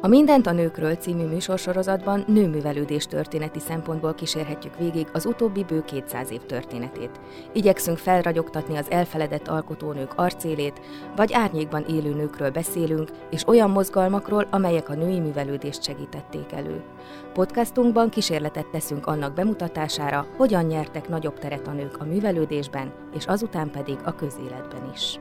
A Mindent a nőkről című műsorsorozatban nőművelődés történeti szempontból kísérhetjük végig az utóbbi bő 200 év történetét. Igyekszünk felragyogtatni az elfeledett alkotónők arcélét, vagy árnyékban élő nőkről beszélünk, és olyan mozgalmakról, amelyek a női művelődést segítették elő. Podcastunkban kísérletet teszünk annak bemutatására, hogyan nyertek nagyobb teret a nők a művelődésben, és azután pedig a közéletben is.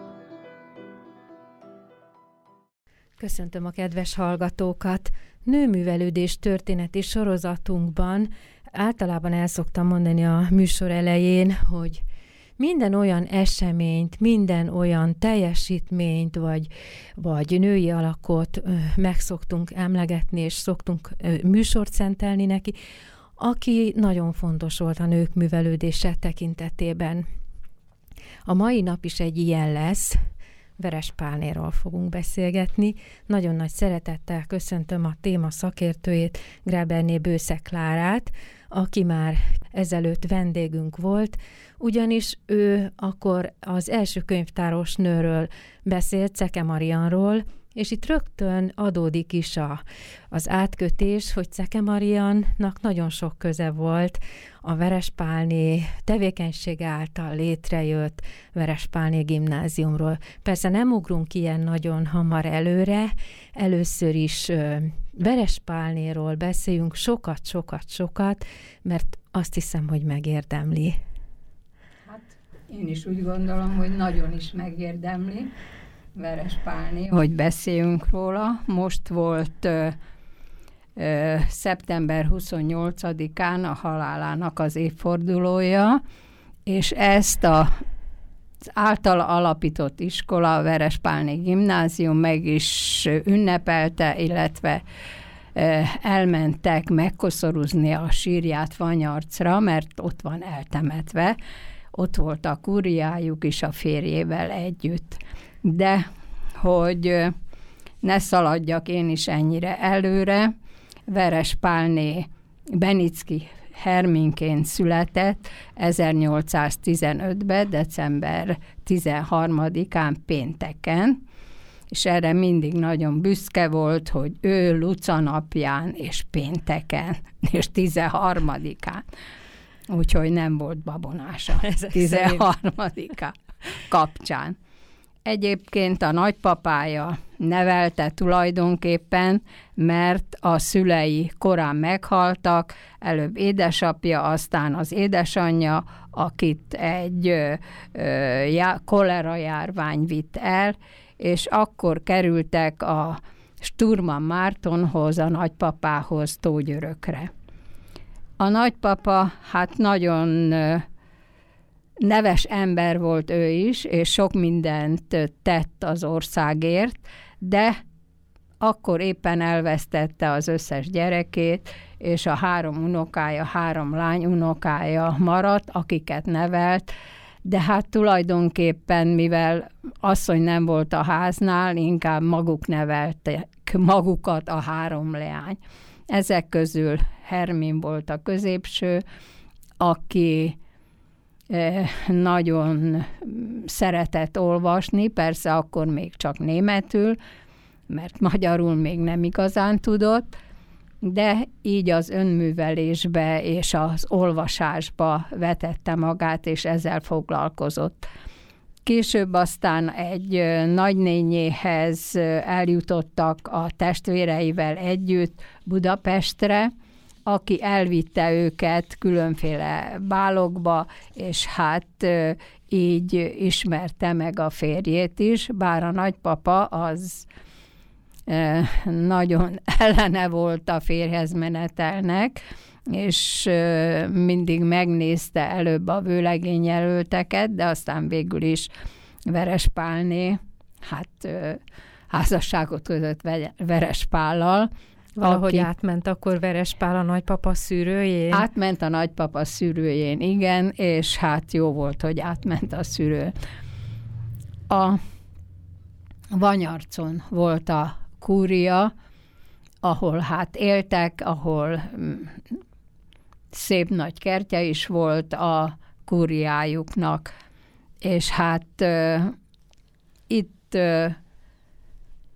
Köszöntöm a kedves hallgatókat! Nőművelődés történeti sorozatunkban általában el szoktam mondani a műsor elején, hogy minden olyan eseményt, minden olyan teljesítményt, vagy női alakot meg szoktunk emlegetni, és szoktunk műsort szentelni neki, aki nagyon fontos volt a nők művelődése tekintetében. A mai nap is egy ilyen lesz. Veres Pálnéról fogunk beszélgetni. Nagyon nagy szeretettel köszöntöm a téma szakértőjét, Gráberné Bősze Klárát, aki már ezelőtt vendégünk volt, ugyanis ő akkor az első könyvtáros nőről beszélt, Ceke Marianról, és itt rögtön adódik is az átkötés, hogy Ceke Mariannak nagyon sok köze volt a Verespálné tevékenysége által létrejött Verespálné gimnáziumról. Persze nem ugrunk ilyen nagyon hamar előre, először is Verespálnéról beszéljünk sokat, mert azt hiszem, hogy megérdemli. Hát én is úgy gondolom, hogy nagyon is megérdemli Verespálné, hogy beszéljünk róla. Most volt szeptember 28-án a halálának az évfordulója, és ezt az általa alapított iskola, a Verespálné gimnázium meg is ünnepelte, illetve elmentek megkoszorúzni a sírját Vanyarcra, mert ott van eltemetve. Ott volt a kúriájuk is a férjével együtt. De hogy ne szaladjak én is ennyire előre, Verespálné Benicki Herminként született 1815-ben, december 13-án pénteken, és erre mindig nagyon büszke volt, hogy ő Luca napján és pénteken, és 13-án. Úgyhogy nem volt babonása 13-án kapcsán. Egyébként a nagypapája nevelte tulajdonképpen, mert a szülei korán meghaltak, előbb édesapja, aztán az édesanyja, akit egy kolera járvány vitt el, és akkor kerültek a Sturman Mártonhoz, a nagypapához Tógyörökre. A nagypapa hát nagyon neves ember volt ő is, és sok mindent tett az országért, de akkor éppen elvesztette az összes gyerekét, és a 3 unokája, 3 lány unokája maradt, akiket nevelt, de hát tulajdonképpen, mivel asszony nem volt a háznál, inkább maguk neveltek magukat a 3 leány. Ezek közül Hermin volt a középső, aki nagyon szeretett olvasni, persze akkor még csak németül, mert magyarul még nem igazán tudott, de így az önművelésbe és az olvasásba vetette magát, és ezzel foglalkozott. Később aztán egy nagynényéhez eljutottak a testvéreivel együtt Budapestre, aki elvitte őket különféle bálokba, és hát így ismerte meg a férjét is, bár a nagypapa az nagyon ellene volt a férjhez menetelnek, és mindig megnézte előbb a vőlegényjelölteket, de aztán végül is Verespálné, hát házasságot kötött Verespállal. Valahogy átment akkor Verespál a nagypapa szűrőjén? Átment a nagypapa szűrőjén, igen, és hát jó volt, hogy átment a szűrőn. A Vanyarcon volt a kúria, ahol hát éltek, ahol szép nagy kertje is volt a kúriájuknak, és hát itt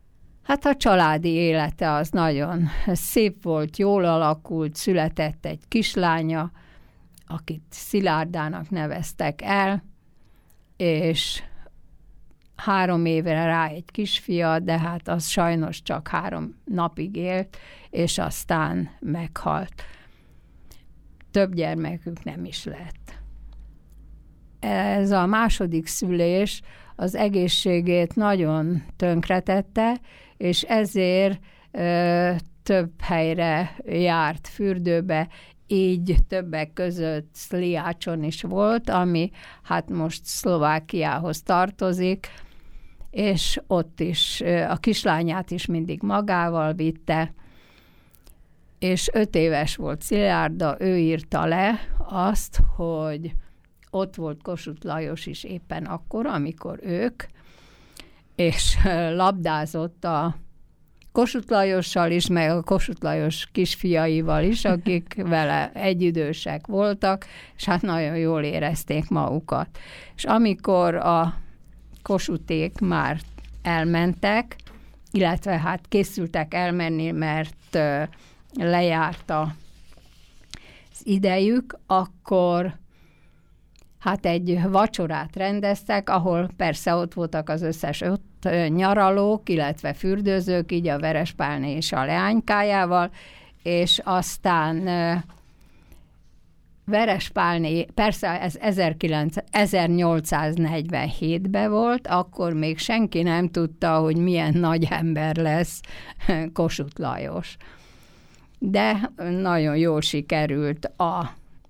Hát a családi élete az nagyon szép volt, jól alakult, született egy kislánya, akit Szilárdának neveztek el, és 3 évre rá egy kisfia, de hát az sajnos csak 3 napig élt, és aztán meghalt. Több gyermekük nem is lett. Ez a második szülés az egészségét nagyon tönkretette, és ezért több helyre járt fürdőbe, így többek között Sliácson is volt, ami hát most Szlovákiához tartozik, és ott is a kislányát is mindig magával vitte, és 5 éves volt Szilárda, ő írta le azt, hogy ott volt Kossuth Lajos is éppen akkor, amikor ők, és labdázott a Kossuth Lajossal is, meg a Kossuth Lajos kisfiaival is, akik vele egyidősek voltak, és hát nagyon jól érezték magukat. És amikor a Kossuthték már elmentek, illetve hát készültek elmenni, mert lejárt az idejük, akkor hát egy vacsorát rendeztek, ahol persze ott voltak az összes 5 nyaralók, illetve fürdőzők, így a Verespálné és a leánykájával, és aztán Verespálné, persze ez 1847-ben volt, akkor még senki nem tudta, hogy milyen nagy ember lesz Kossuth Lajos. De nagyon jól sikerült a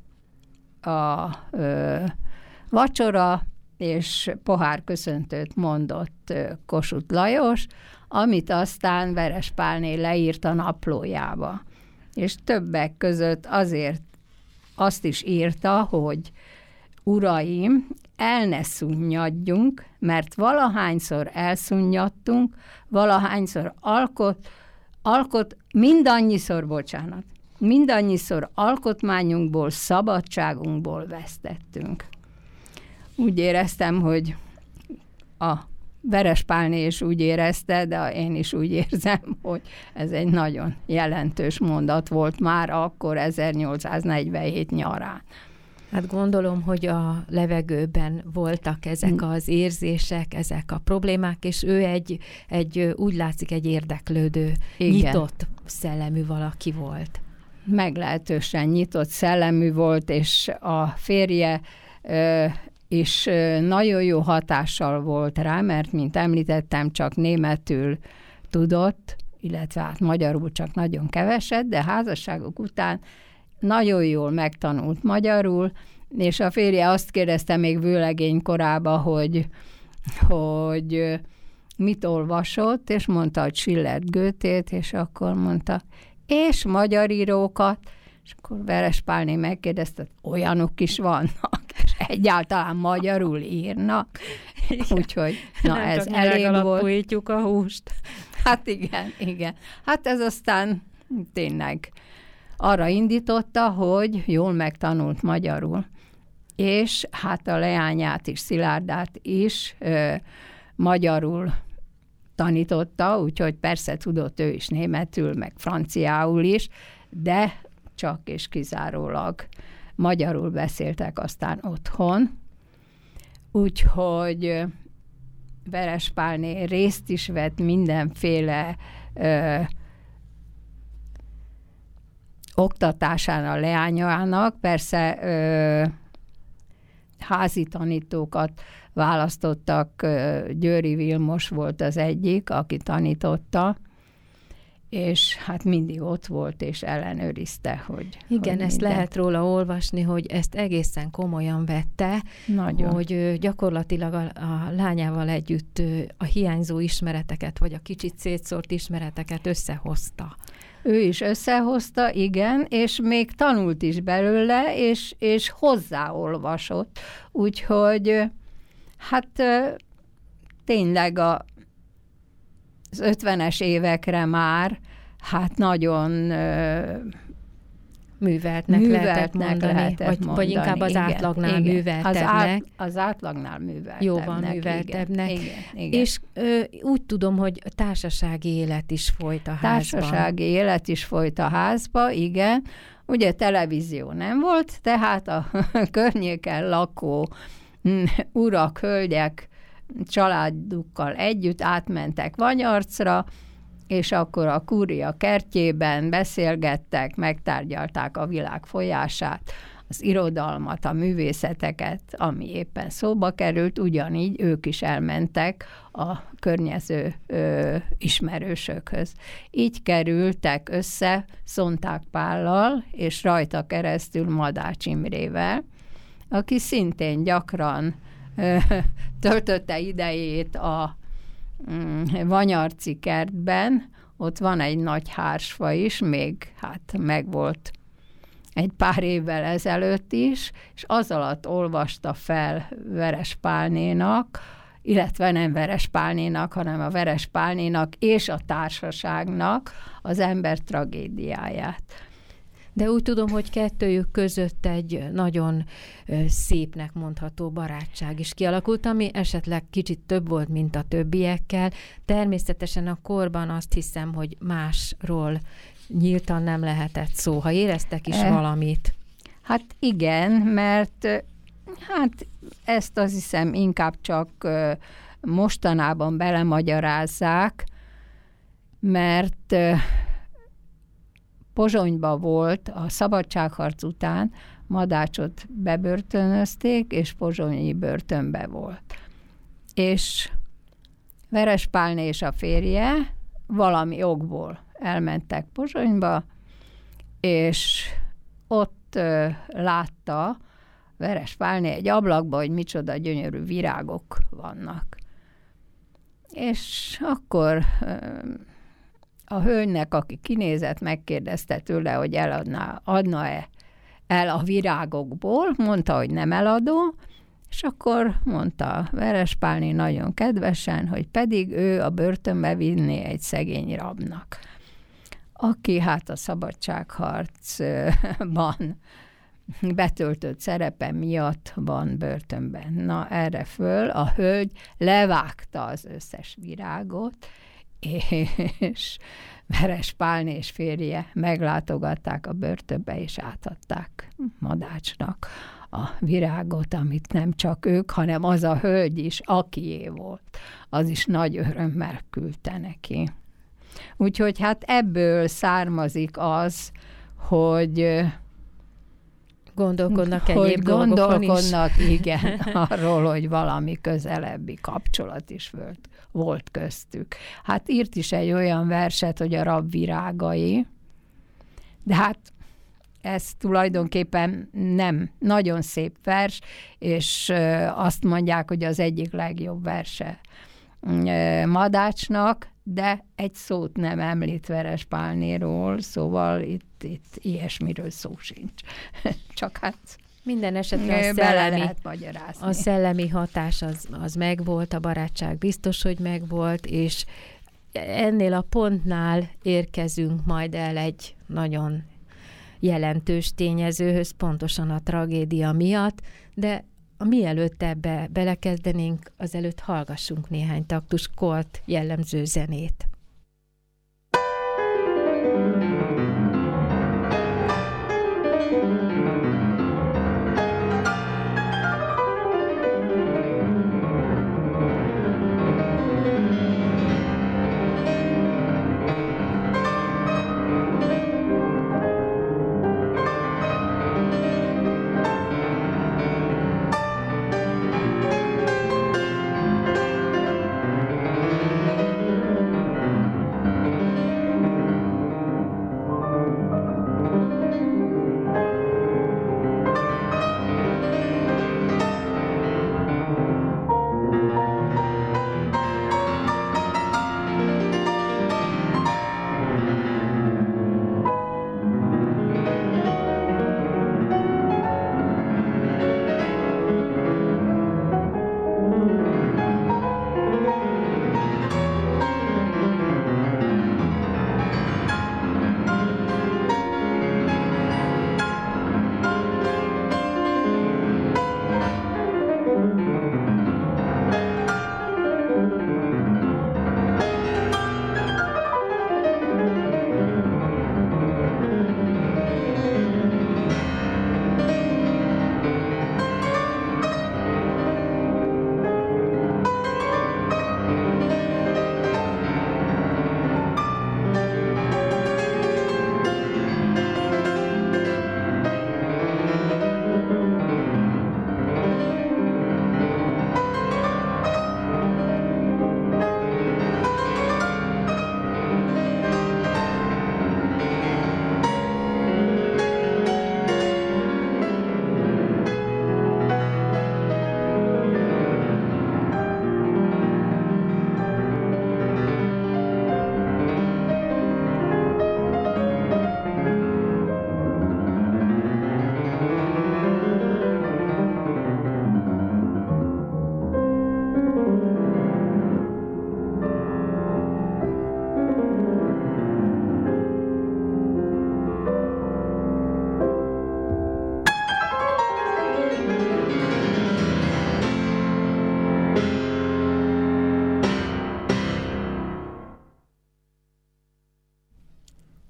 vacsora, és pohárköszöntőt mondott Kossuth Lajos, amit aztán Verespálné leírt a naplójába. És többek között azért azt is írta, hogy uraim, el ne szunnyadjunk, mert valahányszor elszunnyadtunk, valahányszor mindannyiszor alkotmányunkból, szabadságunkból vesztettünk. Úgy éreztem, hogy a Verespálné is úgy érezte, de én is úgy érzem, hogy ez egy nagyon jelentős mondat volt már akkor 1847 nyarán. Hát gondolom, hogy a levegőben voltak ezek az érzések, ezek a problémák, és ő egy úgy látszik, egy érdeklődő, nyitott szellemű valaki volt. Meglehetősen nyitott szellemű volt, és a férje és nagyon jó hatással volt rá, mert, mint említettem, csak németül tudott, illetve hát magyarul csak nagyon keveset, de házasságok után nagyon jól megtanult magyarul, és a férje azt kérdezte még vőlegény korában, hogy mit olvasott, és mondta, hogy Schillert, Goethét, és akkor mondta, és magyar írókat, és akkor Verespálné megkérdezte, olyanok is vannak, és egyáltalán magyarul írnak. Úgyhogy, na nem ez elég volt. Fújtjuk a húst. Hát igen. Hát ez aztán tényleg arra indította, hogy jól megtanult magyarul. És hát a leányát is, Szilárdát is magyarul tanította, úgyhogy persze tudott ő is németül, meg franciául is, de csak és kizárólag magyarul beszéltek aztán otthon. Úgyhogy Verespálné részt is vett mindenféle oktatásán a leányának, persze házi tanítókat választottak, Győri Vilmos volt az egyik, aki tanította, és hát mindig ott volt, és ellenőrizte, hogy... Igen, ezt lehet róla olvasni, hogy ezt egészen komolyan vette, nagyon. Hogy gyakorlatilag a lányával együtt a hiányzó ismereteket, vagy a kicsit szétszórt ismereteket összehozta. Ő is összehozta, igen, és még tanult is belőle, és hozzáolvasott. Úgyhogy hát tényleg az 50-es évekre már hát nagyon műveltnek lehetett mondani, vagy inkább az átlagnál műveltebbnek. Az átlagnál műveltebbnek. Jóval műveltebbnek. Igen. És úgy tudom, hogy társasági élet is folyt a házban. Társasági élet is folyt a házba, igen. Ugye televízió nem volt, tehát a környéken lakó urak, hölgyek családukkal együtt átmentek Vanyarcra, és akkor a kúria kertjében beszélgettek, megtárgyalták a világ folyását, az irodalmat, a művészeteket, ami éppen szóba került, ugyanígy ők is elmentek a környező ismerősökhöz. Így kerültek össze Szonták Pállal, és rajta keresztül Madács Imrével, aki szintén gyakran töltötte idejét a Vanyarci kertben. Ott van egy nagy hársfa is, még megvolt egy pár évvel ezelőtt is, és az alatt olvasta fel Veres Pálnénak, illetve nem Veres Pálnénak, hanem a Veres Pálnénak és a társaságnak az ember tragédiáját. De úgy tudom, hogy kettőjük között egy nagyon szépnek mondható barátság is kialakult, ami esetleg kicsit több volt, mint a többiekkel. Természetesen a korban azt hiszem, hogy másról nyíltan nem lehetett szó. Ha éreztek is valamit. Hát igen, mert ezt azt hiszem inkább csak mostanában belemagyarázzák, mert Pozsonyba volt a szabadságharc után, Madácsot bebörtönözték, és pozsonyi börtönbe volt. És Veres Pálné és a férje valami okból elmentek Pozsonyba, és ott látta Veres Pálné egy ablakba, hogy micsoda gyönyörű virágok vannak. És akkor a hölgynek, aki kinézett, megkérdezte tőle, hogy adna-e el a virágokból, mondta, hogy nem eladó, és akkor mondta Veres Pálné nagyon kedvesen, hogy pedig ő a börtönbe vinné egy szegény rabnak, aki a szabadságharcban betöltött szerepe miatt van börtönben. Na, erre föl a hölgy levágta az összes virágot, és Veres Pálné és férje meglátogatták a börtönbe, és átadták Madácsnak a virágot, amit nem csak ők, hanem az a hölgy is, akié volt, az is nagy örömmel küldte neki. Úgyhogy ebből származik az, hogy gondolkodnak egyéb dolgokon is. Igen, arról, hogy valami közelebbi kapcsolat is volt köztük. Írt is egy olyan verset, hogy a rab virágai, de ez tulajdonképpen nem nagyon szép vers, és azt mondják, hogy az egyik legjobb verse Madácsnak, de egy szót nem említ Veres Pálnéról, szóval itt ilyesmiről szó sincs. Csak minden esetre a szellemi hatás az megvolt, a barátság biztos, hogy megvolt, és ennél a pontnál érkezünk majd el egy nagyon jelentős tényezőhöz, pontosan a tragédia miatt, de mielőtt ebbe belekezdenénk, azelőtt hallgassunk néhány taktus kolt jellemző zenét.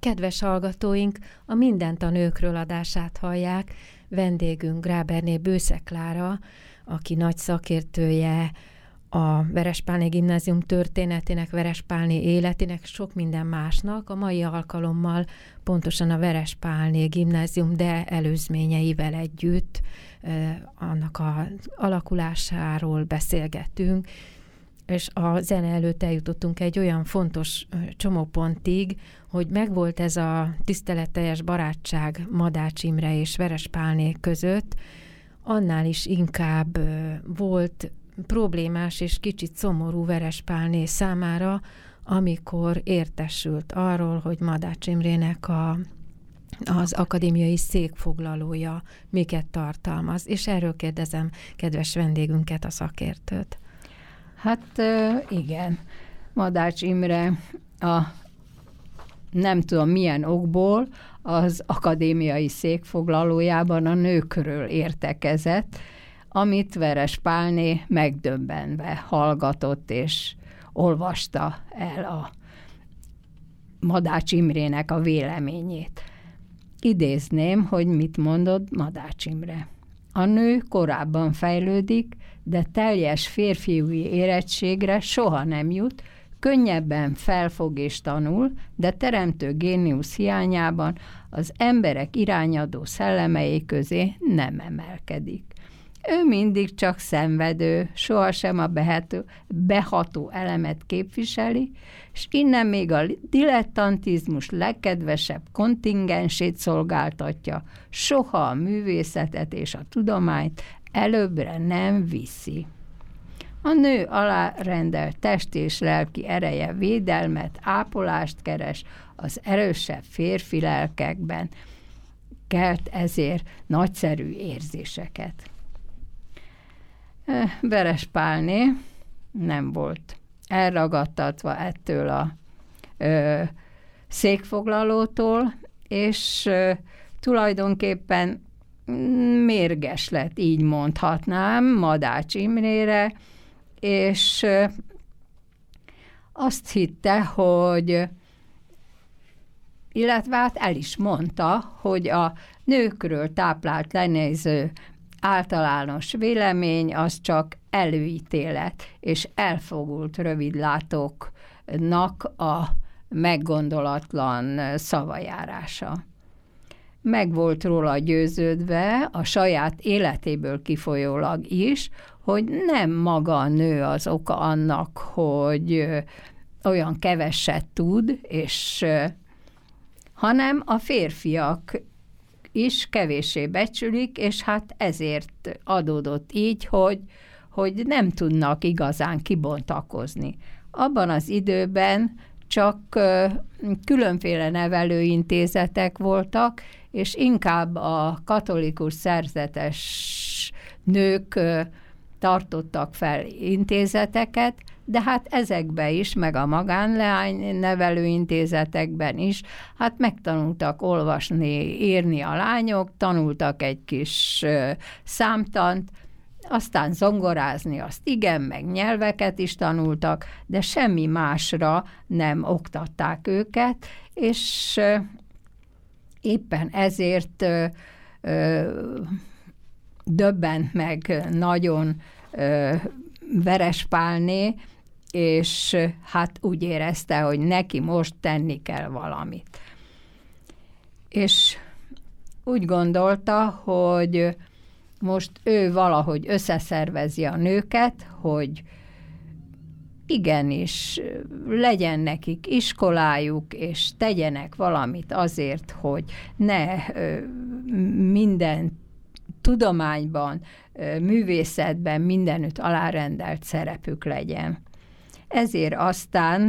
Kedves hallgatóink, a Mindent a nőkről adását hallják. Vendégünk Gráberné Bősze Klára, aki nagy szakértője a Verespálné Gimnázium történetének, Verespálné életének, sok minden másnak. A mai alkalommal pontosan a Verespálné Gimnázium, de előzményeivel együtt annak az alakulásáról beszélgetünk, és a zene előtt eljutottunk egy olyan fontos csomópontig, hogy megvolt ez a tiszteletteljes barátság Madács Imre és Verespálné között, annál is inkább volt problémás és kicsit szomorú Verespálné számára, amikor értesült arról, hogy Madács Imrének az akadémiai székfoglalója miket tartalmaz. És erről kérdezem kedves vendégünket, a szakértőt. Hát igen, Madács Imre nem tudom milyen okból az akadémiai székfoglalójában a nőkről értekezett, amit Verespálné megdöbbenve hallgatott és olvasta el a Madács Imrének a véleményét. Idézném, hogy mit mondott Madács Imre. A nő korábban fejlődik, de teljes férfiúi érettségre soha nem jut, könnyebben felfog és tanul, de teremtő géniusz hiányában az emberek irányadó szellemei közé nem emelkedik. Ő mindig csak szenvedő, sohasem a beható elemet képviseli, és innen még a dilettantizmus legkedvesebb kontingensét szolgáltatja, soha a művészetet és a tudományt előbbre nem viszi. A nő alárendelt test és lelki ereje védelmet, ápolást keres az erősebb férfi lelkekben, kelt ezért nagyszerű érzéseket. Verespálné nem volt elragadtatva ettől a székfoglalótól, és tulajdonképpen mérges lett, így mondhatnám, Madács Imrére, és azt hitte, hogy, illetve hát el is mondta, hogy a nőkről táplált lenéző általános vélemény az csak előítélet, és elfogult rövidlátóknak a meggondolatlan szavajárása. Meg volt róla győződve a saját életéből kifolyólag is, hogy nem maga a nő az oka annak, hogy olyan keveset tud, és hanem a férfiak is kevéssé becsülik, és hát ezért adódott így, hogy nem tudnak igazán kibontakozni. Abban az időben csak különféle nevelőintézetek voltak, és inkább a katolikus szerzetes nők tartottak fel intézeteket, de hát ezekben is, meg a magánleány nevelőintézetekben is, hát megtanultak olvasni, írni a lányok, tanultak egy kis számtant, aztán zongorázni azt igen, meg nyelveket is tanultak, de semmi másra nem oktatták őket, és éppen ezért döbbent meg nagyon Verespálné, és hát úgy érezte, hogy neki most tenni kell valamit. És úgy gondolta, hogy most ő valahogy összeszervezi a nőket, hogy igenis legyen nekik iskolájuk, és tegyenek valamit azért, hogy ne minden tudományban, művészetben mindenütt alárendelt szerepük legyen. Ezért aztán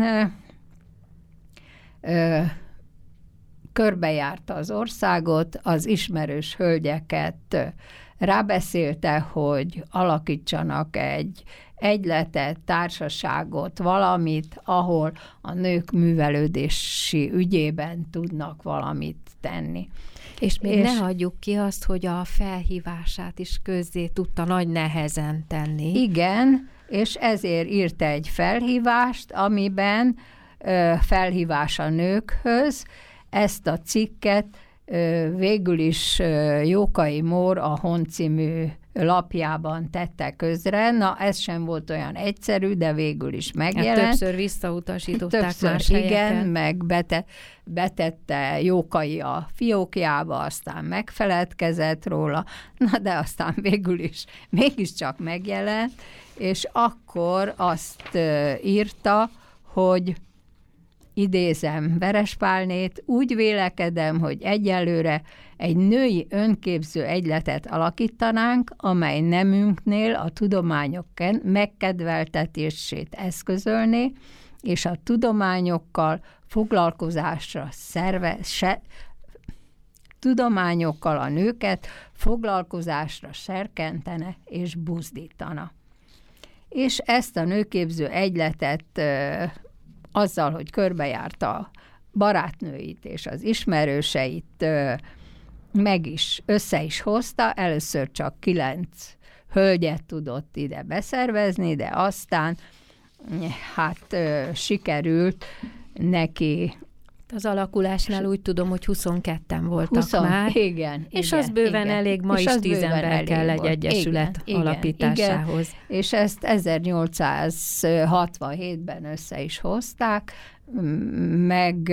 körbejárta az országot, az ismerős hölgyeket rábeszélte, hogy alakítsanak egy egyletet, társaságot, valamit, ahol a nők művelődési ügyében tudnak valamit tenni. És még ne hagyjuk ki azt, hogy a felhívását is közzé tudta nagy nehezen tenni. Igen, és ezért írt egy felhívást, amiben felhívás a nőkhöz, ezt a cikket végül is Jókai Mór a Hont című lapjában tette közre. Na, ez sem volt olyan egyszerű, de végül is megjelent. Hát többször visszautasították más helyeken. Igen, meg betette Jókai a fiókjába, aztán megfeledkezett róla, na de aztán végül is mégiscsak megjelent, és akkor azt írta, hogy idézem Verespálnét, úgy vélekedem, hogy egyelőre egy női önképző egyletet alakítanánk, amely nemünknél a tudományok megkedveltetését eszközölné, és a tudományokkal foglalkozásra tudományokkal a nőket foglalkozásra serkentene és buzdítana. És ezt a nőképző egyletet azzal, hogy körbejárta a barátnőit és az ismerőseit, össze is hozta. Először csak 9 hölgyet tudott ide beszervezni, de aztán hát sikerült neki. Az alakulásnál úgy tudom, hogy 22-en voltak már. Igen. És igen, az bőven igen. elég, ma is 10 ember kell egy egyesület alapításához. Igen. És ezt 1867-ben össze is hozták, meg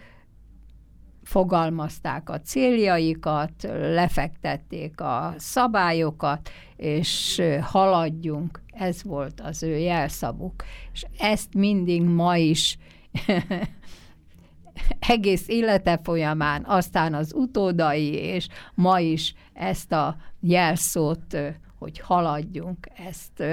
fogalmazták a céljaikat, lefektették a szabályokat, és haladjunk. Ez volt az ő jelszavuk. És ezt mindig ma is egész élete folyamán, aztán az utódai, és ma is ezt a jelszót, hogy haladjunk, ezt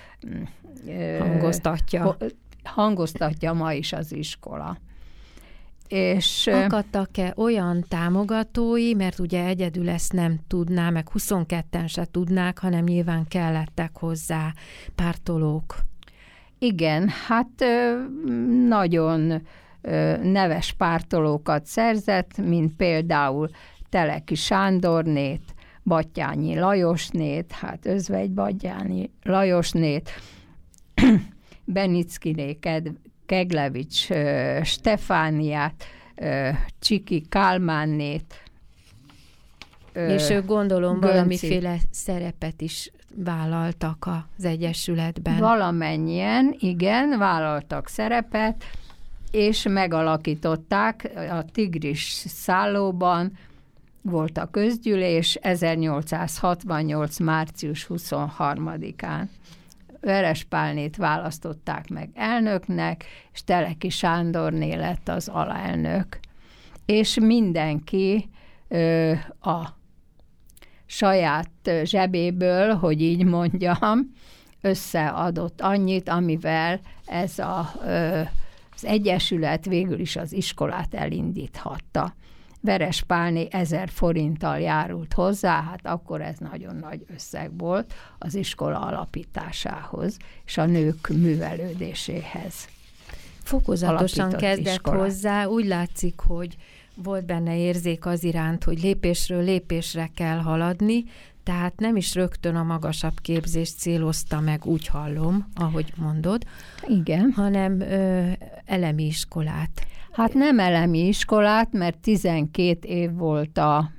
hangoztatja ma is az iskola. És akadtak-e olyan támogatói, mert ugye egyedül ezt nem tudná, meg 22-en se tudnák, hanem nyilván kellettek hozzá pártolók? Igen, hát nagyon neves pártolókat szerzett, mint például Teleki Sándornét, Batthyányi Lajosnét, hát Özvegy Batthyányi Lajosnét, Benickiné Keglevics Stefániát, Csiki Kálmánnét. És ők gondolom valamiféle szerepet is vállaltak az egyesületben. Valamennyien, igen, vállaltak szerepet, és megalakították a Tigris szállóban, volt a közgyűlés 1868. március 23-án. Verespálnét választották meg elnöknek, és Teleki Sándorné lett az alelnök. És mindenki a saját zsebéből, hogy így mondjam, összeadott annyit, amivel ez az egyesület végül is az iskolát elindíthatta. Verespálné 1000 forinttal járult hozzá, hát akkor ez nagyon nagy összeg volt az iskola alapításához, és a nők művelődéséhez. Fokozatosan kezdett hozzá, úgy látszik, hogy volt benne érzék az iránt, hogy lépésről lépésre kell haladni, tehát nem is rögtön a magasabb képzést célozta meg, úgy hallom, ahogy mondod, igen, hanem elemi iskolát. Hát nem elemi iskolát, mert 12 év volt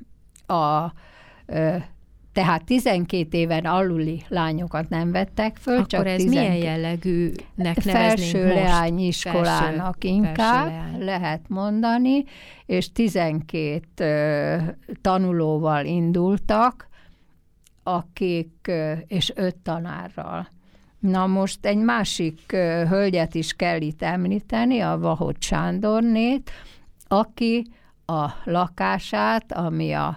tehát 12 éven aluli lányokat nem vettek föl, akkor csak ez 12. milyen jellegűnek neveznénk felső most? leányiskolának inkább lehet mondani, és 12 tanulóval indultak, akik, és 5 tanárral. Na most egy másik hölgyet is kell itt említeni, a Vahot Sándornét, aki a lakását, ami a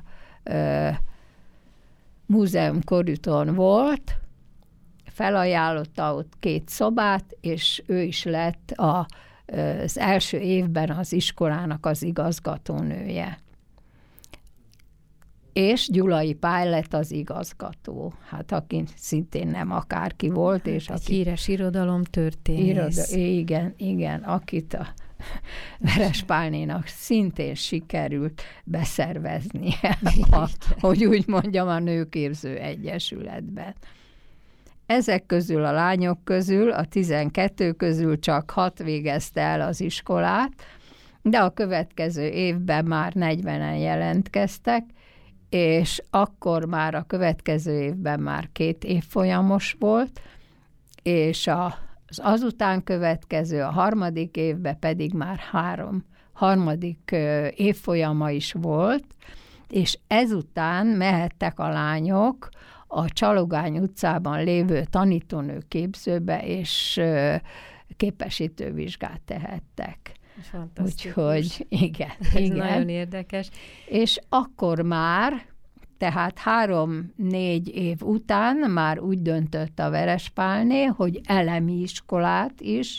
múzeum körúton volt, felajánlotta ott 2 szobát, és ő is lett az első évben az iskolának az igazgatónője. És Gyulai Pál lett az igazgató, hát aki szintén nem akárki volt. Hát és egy híres irodalomtörténész. Igen, akit a Verespálnénak szintén sikerült beszerveznie, hogy úgy mondjam, a Nőképző Egyesületben. Ezek közül a lányok közül, a 12 közül csak 6 végezte el az iskolát, de a következő évben már 40-en jelentkeztek, és akkor már a következő évben már 2 évfolyamos volt, és az azután következő, a 3. évben pedig már 3. évfolyama is volt, és ezután mehettek a lányok a Csalogány utcában lévő tanítónő képzőbe, és képesítővizsgát tehettek. Úgyhogy igen. Ez nagyon érdekes. És akkor már, tehát 3-4 év után már úgy döntött a Verespálné, hogy elemi iskolát is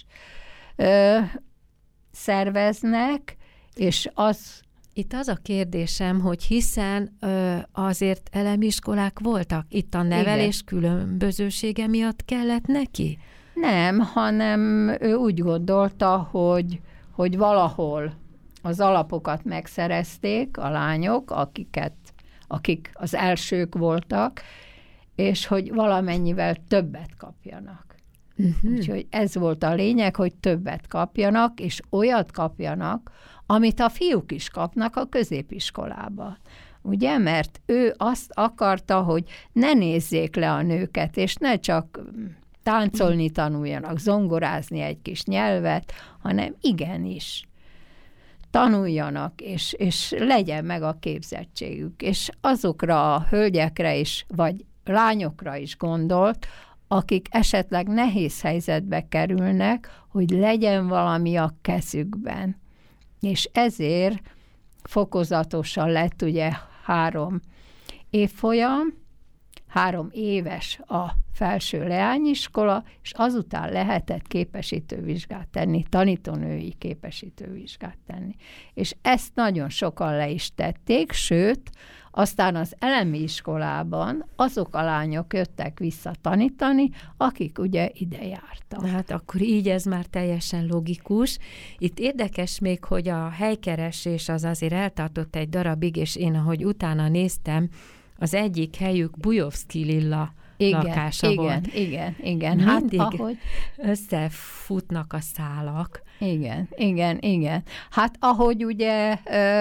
szerveznek, és az... Itt az a kérdésem, hogy hiszen azért elemi iskolák voltak, itt a nevelés különbözősége miatt kellett neki? Nem, hanem ő úgy gondolta, hogy valahol az alapokat megszerezték a lányok, akik az elsők voltak, és hogy valamennyivel többet kapjanak. Úgyhogy ez volt a lényeg, hogy többet kapjanak, és olyat kapjanak, amit a fiúk is kapnak a középiskolába. Ugye? Mert ő azt akarta, hogy ne nézzék le a nőket, és ne csak táncolni tanuljanak, zongorázni egy kis nyelvet, hanem igenis tanuljanak, és legyen meg a képzettségük. És azokra a hölgyekre is, vagy lányokra is gondolt, akik esetleg nehéz helyzetbe kerülnek, hogy legyen valami a kezükben. És ezért fokozatosan lett ugye 3 évfolyam, 3 éves a felső leányiskola, és azután lehetett képesítővizsgát tenni, tanítónői képesítővizsgát tenni. És ezt nagyon sokan le is tették, sőt, aztán az elemi iskolában azok a lányok jöttek vissza tanítani, akik ugye ide jártak. Hát akkor így ez már teljesen logikus. Itt érdekes még, hogy a helykeresés az azért eltartott egy darabig, és én ahogy utána néztem, az egyik helyük Bujovszky Lilla lakása volt. Igen. Mindig hát, ahogy... összefutnak a szálak. Igen. Hát ahogy ugye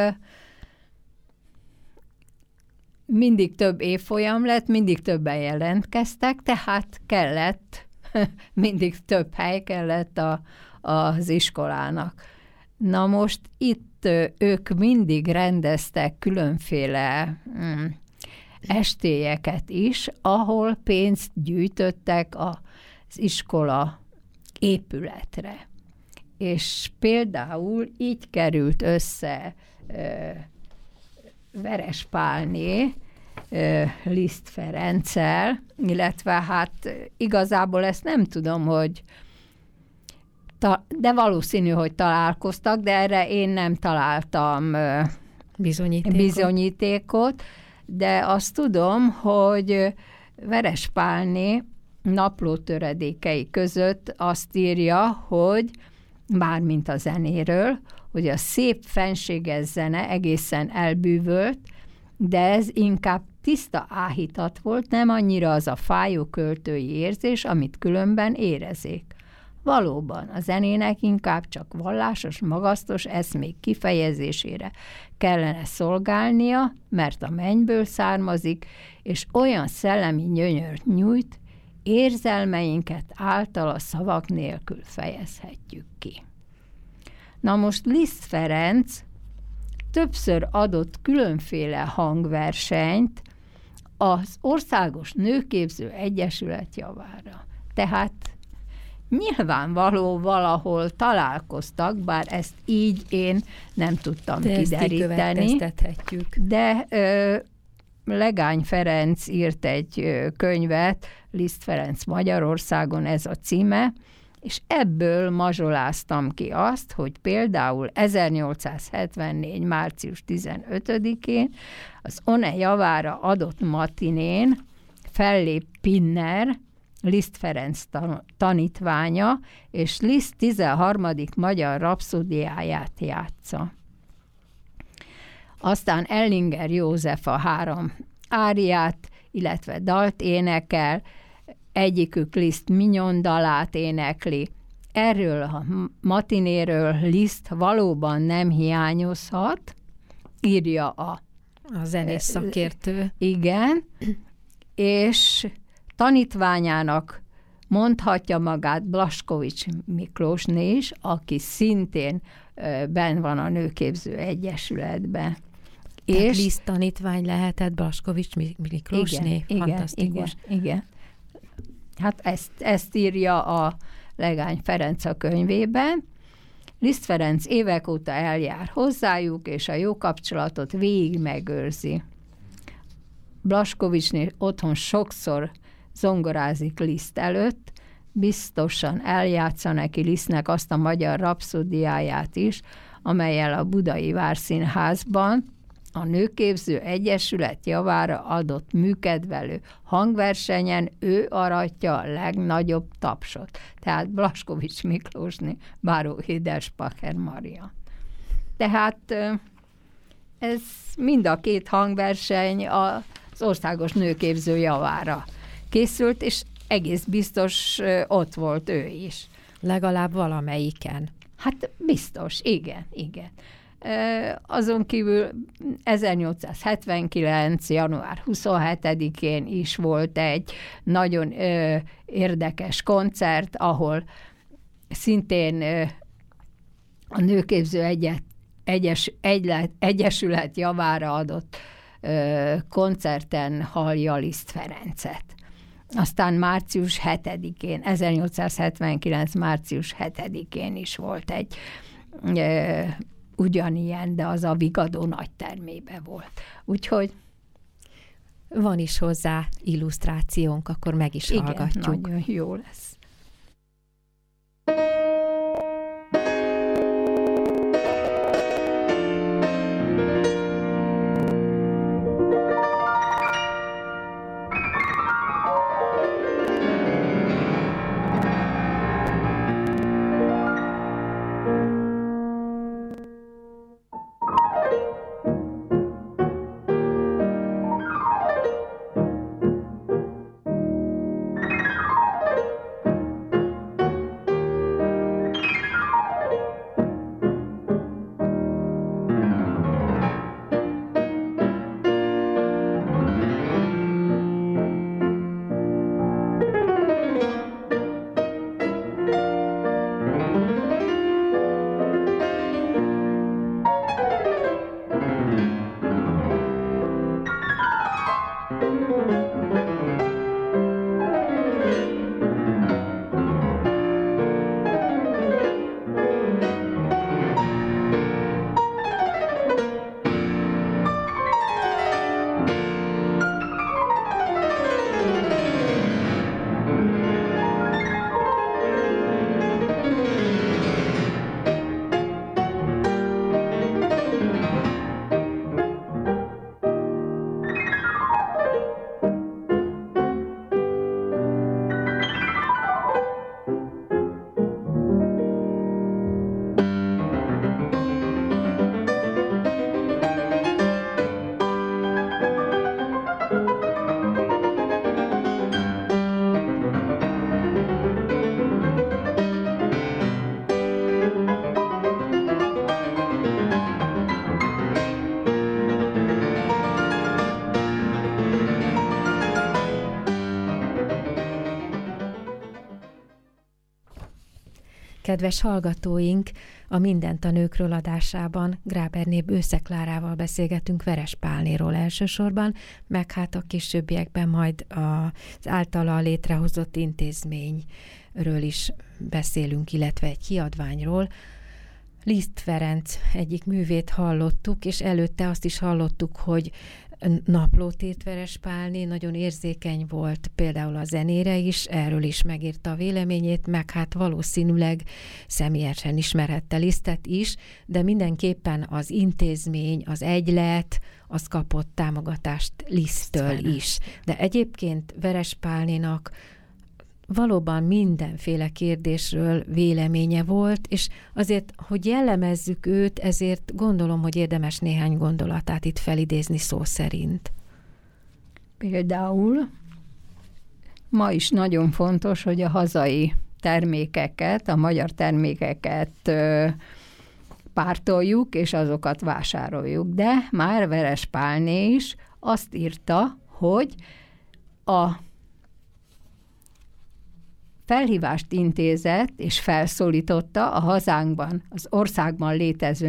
mindig több évfolyam lett, mindig többen jelentkeztek, tehát kellett, mindig több hely kellett az iskolának. Na most itt ők mindig rendeztek különféle estélyeket is, ahol pénzt gyűjtöttek az iskola épületre. És például így került össze Verespálné Liszt Ferenccel, illetve hát igazából ezt nem tudom, hogy de valószínű, hogy találkoztak, de erre én nem találtam bizonyítékot, de azt tudom, hogy Verespálné naplótöredékei között azt írja, hogy bármint a zenéről, hogy a szép fenséges zene egészen elbűvölt, de ez inkább tiszta áhítat volt, nem annyira az a fájó költői érzés, amit különben érezik. Valóban, a zenének inkább csak vallásos, magasztos eszmék kifejezésére kellene szolgálnia, mert a mennyből származik, és olyan szellemi gyönyört nyújt, érzelmeinket általa szavak nélkül fejezhetjük ki. Na most Liszt Ferenc többször adott különféle hangversenyt az Országos Nőképző Egyesület javára. Tehát nyilvánvaló valahol találkoztak, bár ezt így én nem tudtam kideríteni. De Legány Ferenc írt egy könyvet, Liszt Ferenc Magyarországon, ez a címe, és ebből mazsoláztam ki azt, hogy például 1874. március 15-én az One javára adott matinén fellép Pinner, Liszt Ferenc tanítványa, és Liszt 13. magyar rapszódiáját játsza. Aztán Ellinger József a 3 áriát, illetve dalt énekel, egyikük Liszt Mignon dalát énekli, erről a matinéről Liszt valóban nem hiányozhat, írja a zenész szakértő. Igen, és tanítványának mondhatja magát Blaskovich Miklósné is, aki szintén benn van a Nőképző Egyesületben. Tehát Liszt tanítvány lehetett Blaskovich Miklósné? Fantasztikus. Igen. Hát ezt írja a Legány Ferenc a könyvében. Liszt Ferenc évek óta eljár hozzájuk, és a jó kapcsolatot végig megőrzi. Blaskovicsné otthon sokszor zongorázik Liszt előtt, biztosan eljátsza neki Lisztnek azt a magyar rapszódiáját is, amellyel a Budai Várszínházban a Nőképző Egyesület javára adott műkedvelő hangversenyen ő aratja a legnagyobb tapsot. Tehát Blaskovich Miklósné, Báró Hidelspacher Maria. Tehát ez mind a két hangverseny az országos nőképző javára készült, és egész biztos ott volt ő is. Legalább valamelyiken. Hát biztos, igen. Azon kívül 1879. január 27-én is volt egy nagyon érdekes koncert, ahol szintén a Nőképző Egyesület javára adott koncerten hallja Liszt Ferencet. Aztán március 7-én, 1879. március 7-én is volt egy ugyanilyen, de az a Vigadó nagytermében volt. Úgyhogy van is hozzá illusztrációnk, akkor meg is hallgatjuk. Igen, nagyon jó lesz. Kedves hallgatóink, a Mindent a nőkről adásában Gráberné Bősze Klárával beszélgetünk Veres Pálnéról elsősorban, meg hát a későbbiekben majd az általa létrehozott intézményről is beszélünk, illetve egy kiadványról. Liszt Ferenc egyik művét hallottuk, és előtte azt is hallottuk, hogy naplót írt Veres Pálné, nagyon érzékeny volt például a zenére is, erről is megírta a véleményét, meg hát valószínűleg személyesen ismerhette Lisztet is, de mindenképpen az intézmény, az egylet, az kapott támogatást Liszttől is. De egyébként Veres Pálnénak valóban mindenféle kérdésről véleménye volt, és azért, hogy jellemezzük őt, ezért gondolom, hogy érdemes néhány gondolatát itt felidézni szó szerint. Például ma is nagyon fontos, hogy a hazai termékeket, a magyar termékeket pártoljuk, és azokat vásároljuk. De már Veres Pálné is azt írta, hogy a felhívást intézett, és felszólította a hazánkban, az országban létező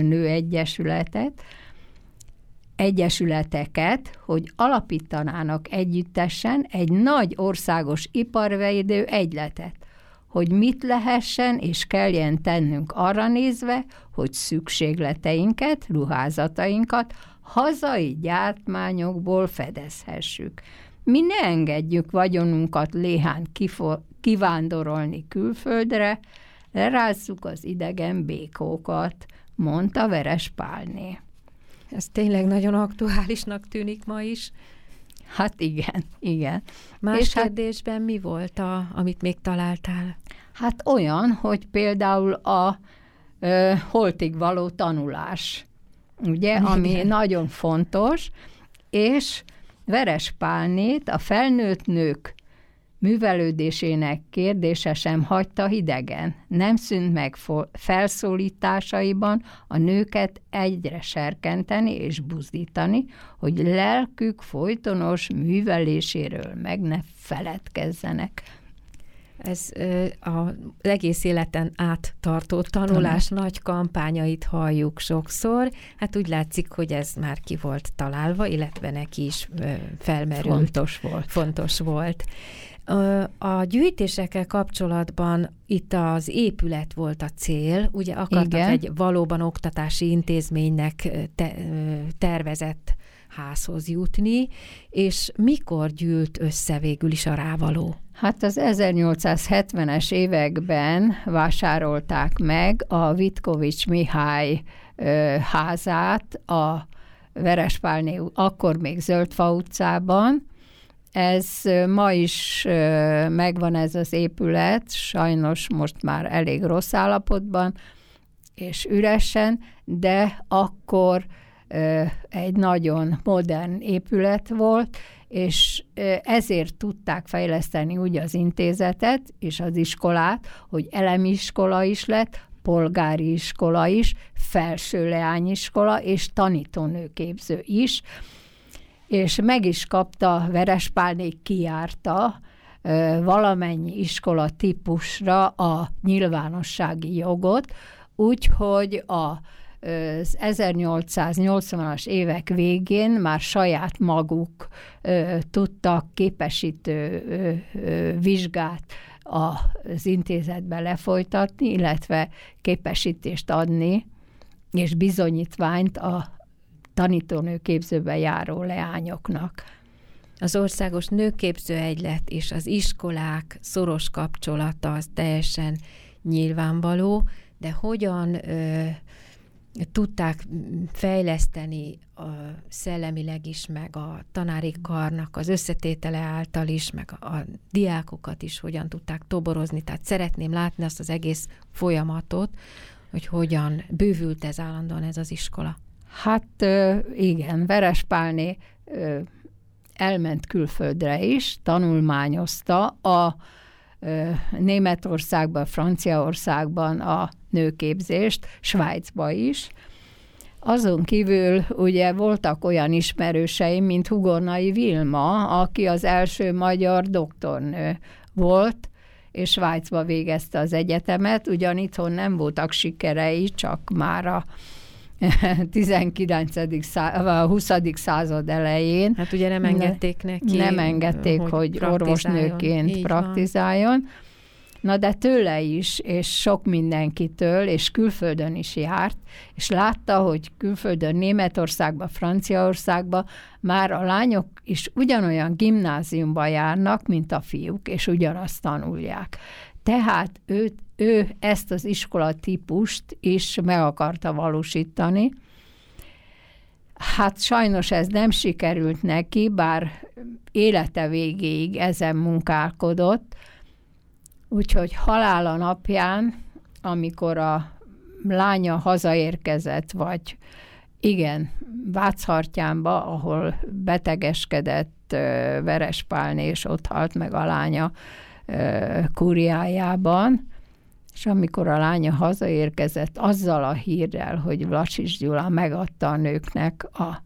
egyesületeket, hogy alapítanának együttesen egy nagy országos iparvédő egyletet, hogy mit lehessen és kelljen tennünk arra nézve, hogy szükségleteinket, ruházatainkat hazai gyártmányokból fedezhessük. Mi ne engedjük vagyonunkat léhán kivándorolni külföldre, lerázzuk az idegen békókat, mondta Veres Pálné. Ez tényleg nagyon aktuálisnak tűnik ma is. Hát igen. Más és kérdésben mi volt, amit még találtál? Hát olyan, hogy például a holtig való tanulás, ugye, ami nagyon fontos, és Veres Pálnét a felnőtt nők művelődésének kérdése sem hagyta hidegen. Nem szűnt meg felszólításaiban a nőket egyre serkenteni és buzdítani, hogy lelkük folytonos műveléséről meg ne feledkezzenek. Ez az egész életen áttartó tanulás nagy kampányait halljuk sokszor. Hát úgy látszik, hogy ez már ki volt találva, illetve neki is felmerült. Fontos volt. A gyűjtésekkel kapcsolatban itt az épület volt a cél, ugye akartak egy valóban oktatási intézménynek tervezett házhoz jutni, és mikor gyűlt össze végül is a rávaló? Hát az 1870-es években vásárolták meg a Vitkovics Mihály házát a Veres Pálné, akkor még Zöldfa utcában. Ez ma is megvan ez az épület, sajnos most már elég rossz állapotban, és üresen, de akkor egy nagyon modern épület volt, és ezért tudták fejleszteni úgy az intézetet és az iskolát, hogy elemi iskola is lett, polgári iskola is, felső leányiskola és tanítónőképző is, és meg is kapta, Veres Pálné kijárta valamennyi iskola típusra a nyilvánossági jogot, úgyhogy az 1880-as évek végén már saját maguk tudtak képesítő vizsgát az intézetben lefolytatni, illetve képesítést adni, és bizonyítványt a tanítónőképzőbe járó leányoknak. Az Országos Nőképző Egylet és az iskolák szoros kapcsolata az teljesen nyilvánvaló, de hogyan tudták fejleszteni szellemileg is, meg a tanári karnak az összetétele által is, meg a diákokat is hogyan tudták toborozni. Tehát szeretném látni azt az egész folyamatot, hogy hogyan bővült ez állandóan ez az iskola. Hát igen, Veres Pálné elment külföldre is, tanulmányozta a Németországban, Franciaországban a nőképzést, Svájcba is. Azon kívül ugye voltak olyan ismerőseim, mint Hugornai Vilma, aki az első magyar doktornő volt, és Svájcba végezte az egyetemet, ugyan itthon nem voltak sikerei, csak már a 20. század elején. Hát ugye nem engedték neki. Nem engedték, hogy orvosnőként praktizáljon. Na de tőle is, és sok mindenkitől, és külföldön is járt, és látta, hogy külföldön, Németországba, Franciaországba már a lányok is ugyanolyan gimnáziumba járnak, mint a fiúk, és ugyanazt tanulják. Tehát ő ezt az iskolatípust is meg akarta valósítani. Hát sajnos ez nem sikerült neki, bár élete végéig ezen munkálkodott, úgyhogy halála napján, amikor a lánya hazaérkezett, vagy igen, Váchartyánba, ahol betegeskedett Veres Pálné, és ott halt meg a lánya kúriájában, és amikor a lánya hazaérkezett azzal a hírrel, hogy Vlasics Gyula megadta a nőknek a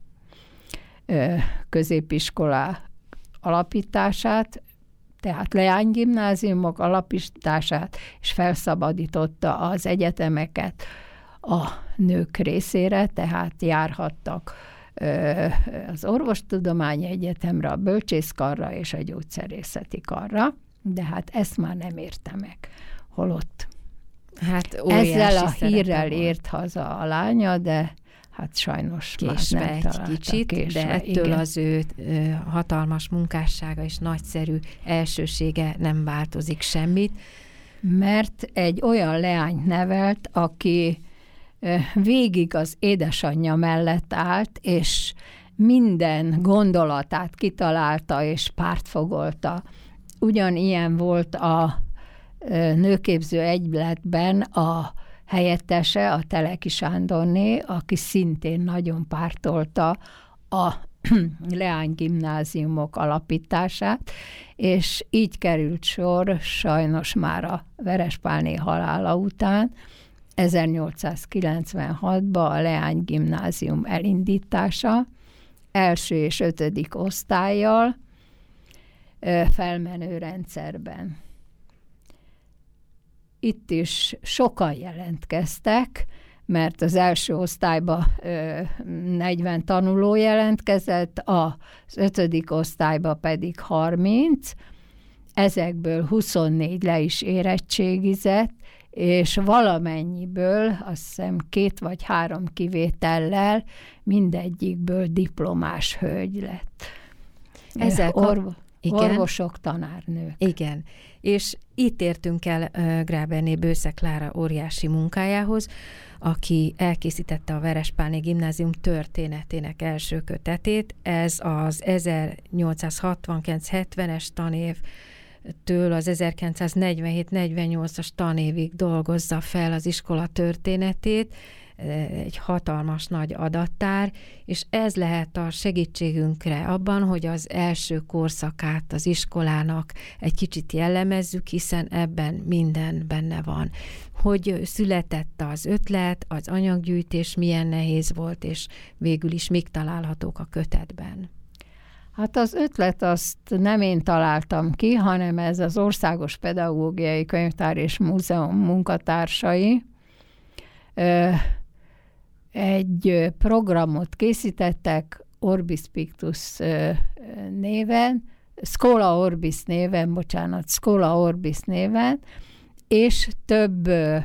középiskolá alapítását, tehát leánygimnáziumok alapítását, és felszabadította az egyetemeket a nők részére, tehát járhattak az orvostudományi egyetemre, a bölcsészkarra és a gyógyszerészeti karra, de hát ezt már nem érte meg, holott hát ezzel a hírrel ért haza a lánya, de hát sajnos késve már nem egy kicsit, késve, de ettől igen. az ő hatalmas munkássága és nagyszerű elsősége nem változik semmit. Mert egy olyan leányt nevelt, aki végig az édesanyja mellett állt, és minden gondolatát kitalálta és pártfogolta. Ugyanilyen volt a nőképző egyletben a helyettese, a Teleki Sándorné, aki szintén nagyon pártolta a leánygimnáziumok alapítását, és így került sor sajnos már a Verespálné halála után 1896-ban a leánygimnázium elindítása, első és 5. osztállyal felmenő rendszerben. Itt is sokan jelentkeztek, mert az első osztályba 40 tanuló jelentkezett, az 5. osztályba pedig 30, ezekből 24 le is érettségizett, és valamennyiből, azt hiszem 2 vagy 3 kivétellel mindegyikből diplomás hölgy lett. Ezek orvosok, tanárnők. Igen, és itt értünk el Gráberné Bősze Klára óriási munkájához, aki elkészítette a Verespálné Gimnázium történetének első kötetét. Ez az 1869-70-es tanévtől az 1947-48-as tanévig dolgozza fel az iskola történetét, egy hatalmas nagy adattár, és ez lehet a segítségünkre abban, hogy az első korszakát az iskolának egy kicsit jellemezzük, hiszen ebben minden benne van. Hogy született az ötlet, az anyaggyűjtés milyen nehéz volt, és végül is mik találhatók a kötetben? Hát az ötlet azt nem én találtam ki, hanem ez az Országos Pedagógiai Könyvtár és Múzeum munkatársai egy programot készítettek Orbis Pictus néven, Schola Orbis néven, és több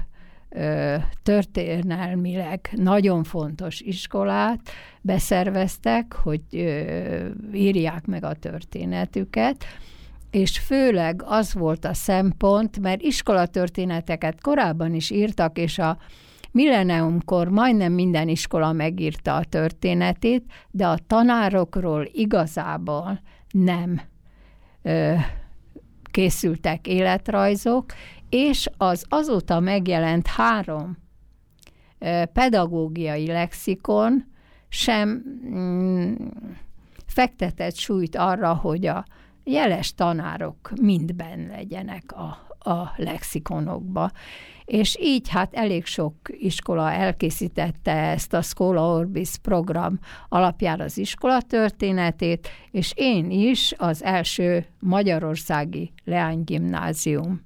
történelmileg nagyon fontos iskolát beszerveztek, hogy írják meg a történetüket, és főleg az volt a szempont, mert iskolatörténeteket korábban is írtak, és a milleniumkor majdnem minden iskola megírta a történetét, de a tanárokról igazából nem készültek életrajzok, és az azóta megjelent 3 pedagógiai lexikon sem fektetett súlyt arra, hogy a jeles tanárok mind benn legyenek a lexikonokba. És így hát elég sok iskola elkészítette ezt a Schola Orbis program alapjára az iskola történetét, és én is az első magyarországi leánygimnázium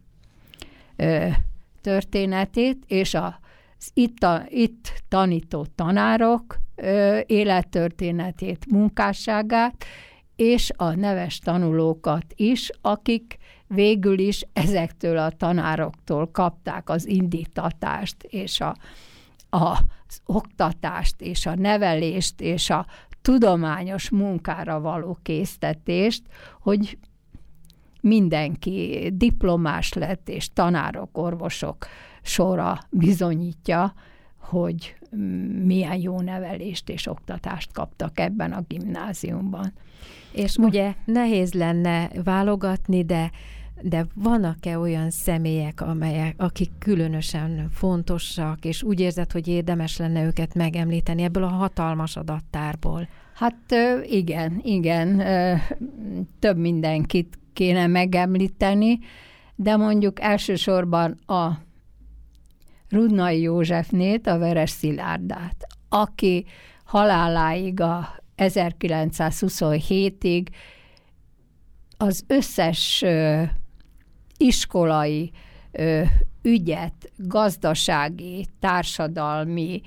történetét, és az itt tanító tanárok élettörténetét, munkásságát, és a neves tanulókat is, akik végül is ezektől a tanároktól kapták az indítatást, és az oktatást, és a nevelést, és a tudományos munkára való késztetést, hogy mindenki diplomás lett, és tanárok, orvosok sora bizonyítja, hogy milyen jó nevelést és oktatást kaptak ebben a gimnáziumban. És ugye nehéz lenne válogatni, de vannak-e olyan személyek, akik különösen fontosak, és úgy érzed, hogy érdemes lenne őket megemlíteni ebből a hatalmas adattárból? Hát igen, több mindenkit kéne megemlíteni. de mondjuk elsősorban a Rudnai Józsefnét, a Veres Szilárdát, aki haláláig, a 1927-ig az összes iskolai ügyet, gazdasági, társadalmi,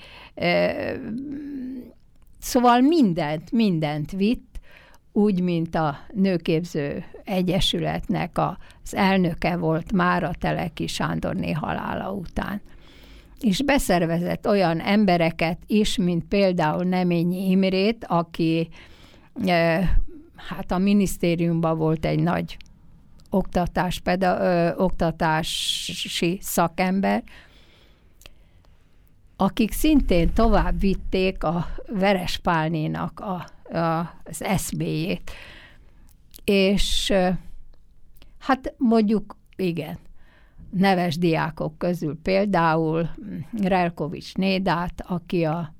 szóval mindent vitt, úgy, mint a Nőképző Egyesületnek az elnöke volt Mára Teleki Sándorné halála után. És beszervezett olyan embereket is, mint például Neményi Imrét, aki hát a minisztériumban volt egy nagy oktatási szakember, akik szintén tovább vitték a Veres Pálnénak az eszméjét. És hát mondjuk, igen, neves diákok közül például Relkovics Nédát, aki a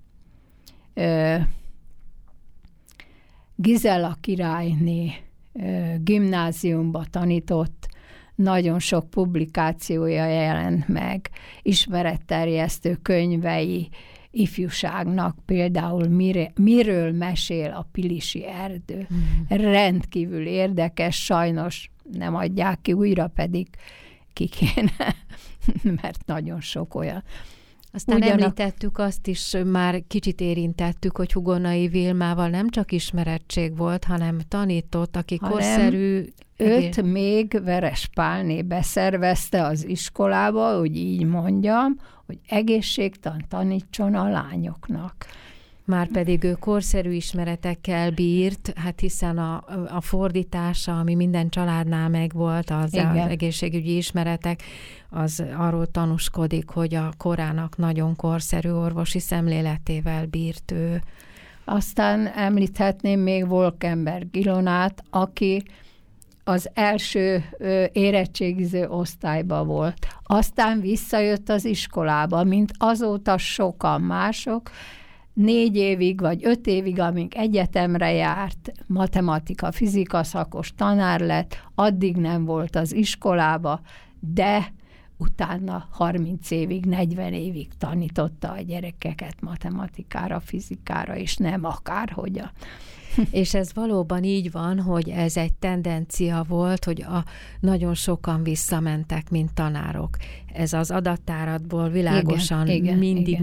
Gizella királyné gimnáziumba tanított, nagyon sok publikációja jelent meg, ismeretterjesztő könyvei ifjúságnak, például miről mesél a Pilisi erdő. Rendkívül érdekes, sajnos nem adják ki újra, pedig ki kéne, mert nagyon sok olyan. Aztán említettük azt is, már kicsit érintettük, hogy Hugonai Vilmával nem csak ismerettség volt, hanem tanított, aki korszerű... Őt még Veres Pálné beszervezte az iskolába, hogy így mondjam, hogy egészségtan tanítson a lányoknak. Márpedig ő korszerű ismeretekkel bírt, hát hiszen a fordítása, ami minden családnál megvolt, az egészségügyi ismeretek, az arról tanúskodik, hogy a korának nagyon korszerű orvosi szemléletével bírt ő. Aztán említhetném még Wolkenberg Ilonát, aki az első érettségiző osztályba volt. Aztán visszajött az iskolába, mint azóta sokan mások, 4 évig vagy 5 évig, amíg egyetemre járt, matematika, fizika szakos tanár lett, addig nem volt az iskolába, de utána 30 évig, 40 évig tanította a gyerekeket matematikára, fizikára, és nem akárhogyan. És ez valóban így van, hogy ez egy tendencia volt, hogy nagyon sokan visszamentek, mint tanárok. Ez az adattáratból világosan mindig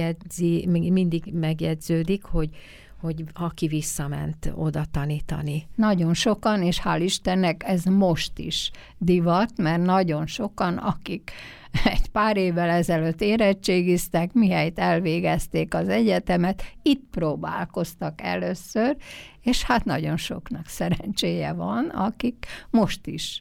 megjegyződik, hogy aki visszament oda tanítani. Nagyon sokan, és hál' Istennek ez most is divat, mert nagyon sokan, akik egy pár évvel ezelőtt érettségiztek, mihelyt elvégezték az egyetemet, itt próbálkoztak először, és hát nagyon soknak szerencséje van, akik most is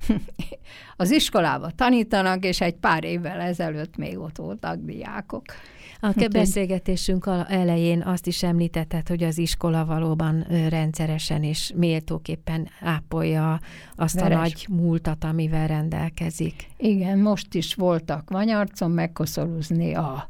az iskolába tanítanak, és egy pár évvel ezelőtt még ott voltak diákok. A beszélgetésünk elején azt is említetted, hogy az iskola valóban rendszeresen és méltóképpen ápolja azt a nagy múltat, amivel rendelkezik. Igen, most is voltak Vanyarcon megkoszorúzni a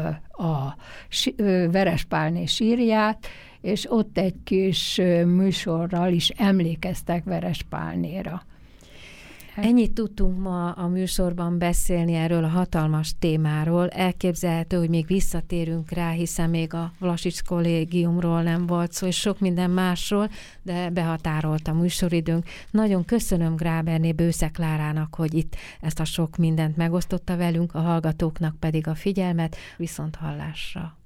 Veres Pálné sírját, és ott egy kis műsorral is emlékeztek Veres Pálnéra. Ennyit tudtunk ma a műsorban beszélni erről a hatalmas témáról. Elképzelhető, hogy még visszatérünk rá, hiszen még a Vlasics kollégiumról nem volt szó, és sok minden másról, de behatárolt a műsoridőnk. Nagyon köszönöm Gráberné Bősze Klárának, hogy itt ezt a sok mindent megosztotta velünk, a hallgatóknak pedig a figyelmet. Viszonthallásra!